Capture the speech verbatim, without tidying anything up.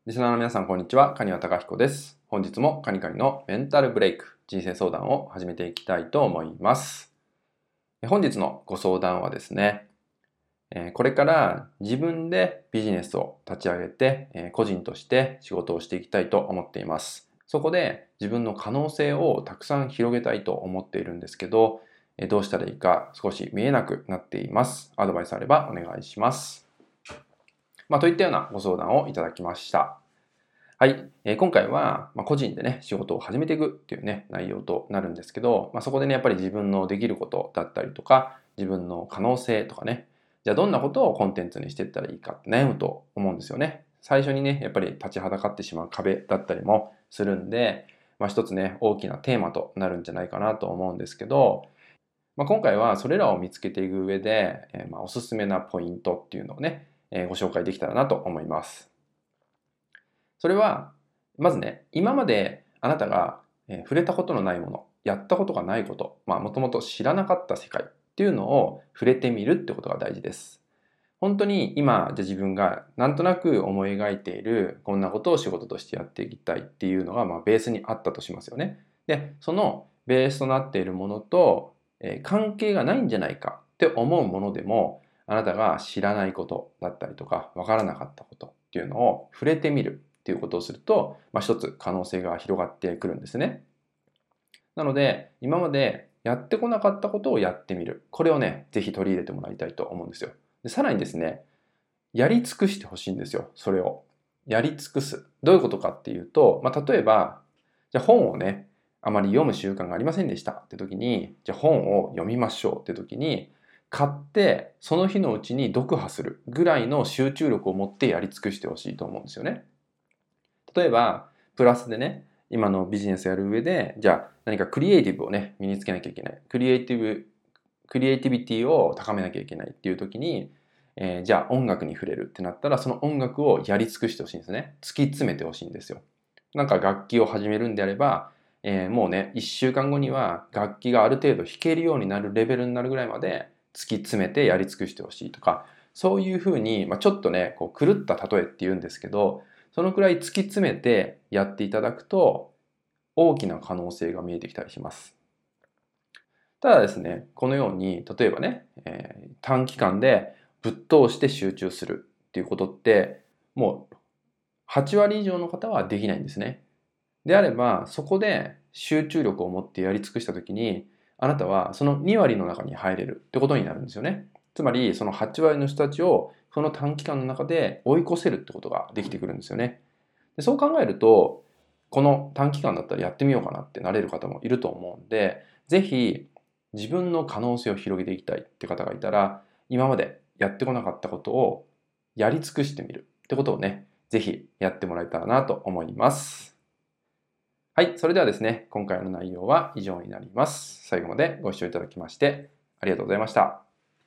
リスナーの皆さん、こんにちは。蟹和貴彦です。本日もカニカニのメンタルブレイク、人生相談を始めていきたいと思います。本日のご相談はですね、これから自分でビジネスを立ち上げて、個人として仕事をしていきたいと思っています。そこで自分の可能性をたくさん広げたいと思っているんですけど、どうしたらいいか少し見えなくなっています。アドバイスあればお願いします。まあ、といったようなご相談をいただきました。はい、えー、今回は、まあ、個人でね、仕事を始めていくっていうね、内容となるんですけど、まあ、そこでね、やっぱり自分のできることだったりとか、自分の可能性とかね、じゃあどんなことをコンテンツにしていったらいいかって悩むと思うんですよね。最初にね、やっぱり立ちはだかってしまう壁だったりもするんで、まあ、一つね、大きなテーマとなるんじゃないかなと思うんですけど、まあ、今回はそれらを見つけていく上で、えー、まあおすすめなポイントっていうのをね、えー、ご紹介できたらなと思います。それは、まずね、今まであなたが触れたことのないもの、やったことがないこと、まあもともと知らなかった世界っていうのを触れてみるってことが大事です。本当に今、じゃ自分がなんとなく思い描いているこんなことを仕事としてやっていきたいっていうのが、まあ、ベースにあったとしますよね。で、そのベースとなっているものと、えー関係がないんじゃないかって思うものでも、あなたが知らないことだったりとか、わからなかったことっていうのを触れてみるっていうことをすると、まあ、一つ可能性が広がってくるんですね。なので、今までやってこなかったことをやってみる。これをね、ぜひ取り入れてもらいたいと思うんですよ。で、さらにですね、やり尽くしてほしいんですよ。それを。やり尽くす。どういうことかっていうと、まあ、例えば、じゃあ本をね、あまり読む習慣がありませんでしたって時に、じゃあ本を読みましょうって時に、買ってその日のうちに読破するぐらいの集中力を持ってやり尽くしてほしいと思うんですよね。例えば、プラスでね、今のビジネスやる上で、じゃあ何かクリエイティブをね、身につけなきゃいけない。クリエイティブ、クリエイティビティを高めなきゃいけないっていう時に、えーじゃあ音楽に触れるってなったら、その音楽をやり尽くしてほしいんですね。突き詰めてほしいんですよ。なんか楽器を始めるんであれば、えーもうね、いっしゅうかんごには楽器がある程度弾けるようになるレベルになるぐらいまで突き詰めてやり尽くしてほしいとか、そういうふうに、まあ、ちょっとね、こう狂った例えって言うんですけど、そのくらい突き詰めてやっていただくと、大きな可能性が見えてきたりします。ただですね、このように、例えばね、えー短期間でぶっ通して集中するっていうことって、もうはち割以上の方はできないんですね。であれば、そこで集中力を持ってやり尽くしたときに、あなたはそのに割の中に入れるってことになるんですよね。つまり、そのはち割の人たちをその短期間の中で追い越せるってことができてくるんですよね。でそう考えると、この短期間だったらやってみようかなってなれる方もいると思うんで、ぜひ自分の可能性を広げていきたいって方がいたら、今までやってこなかったことをやり尽くしてみるってことをね、ぜひやってもらえたらなと思います。はい、それではですね、今回の内容は以上になります。最後までご視聴いただきましてありがとうございました。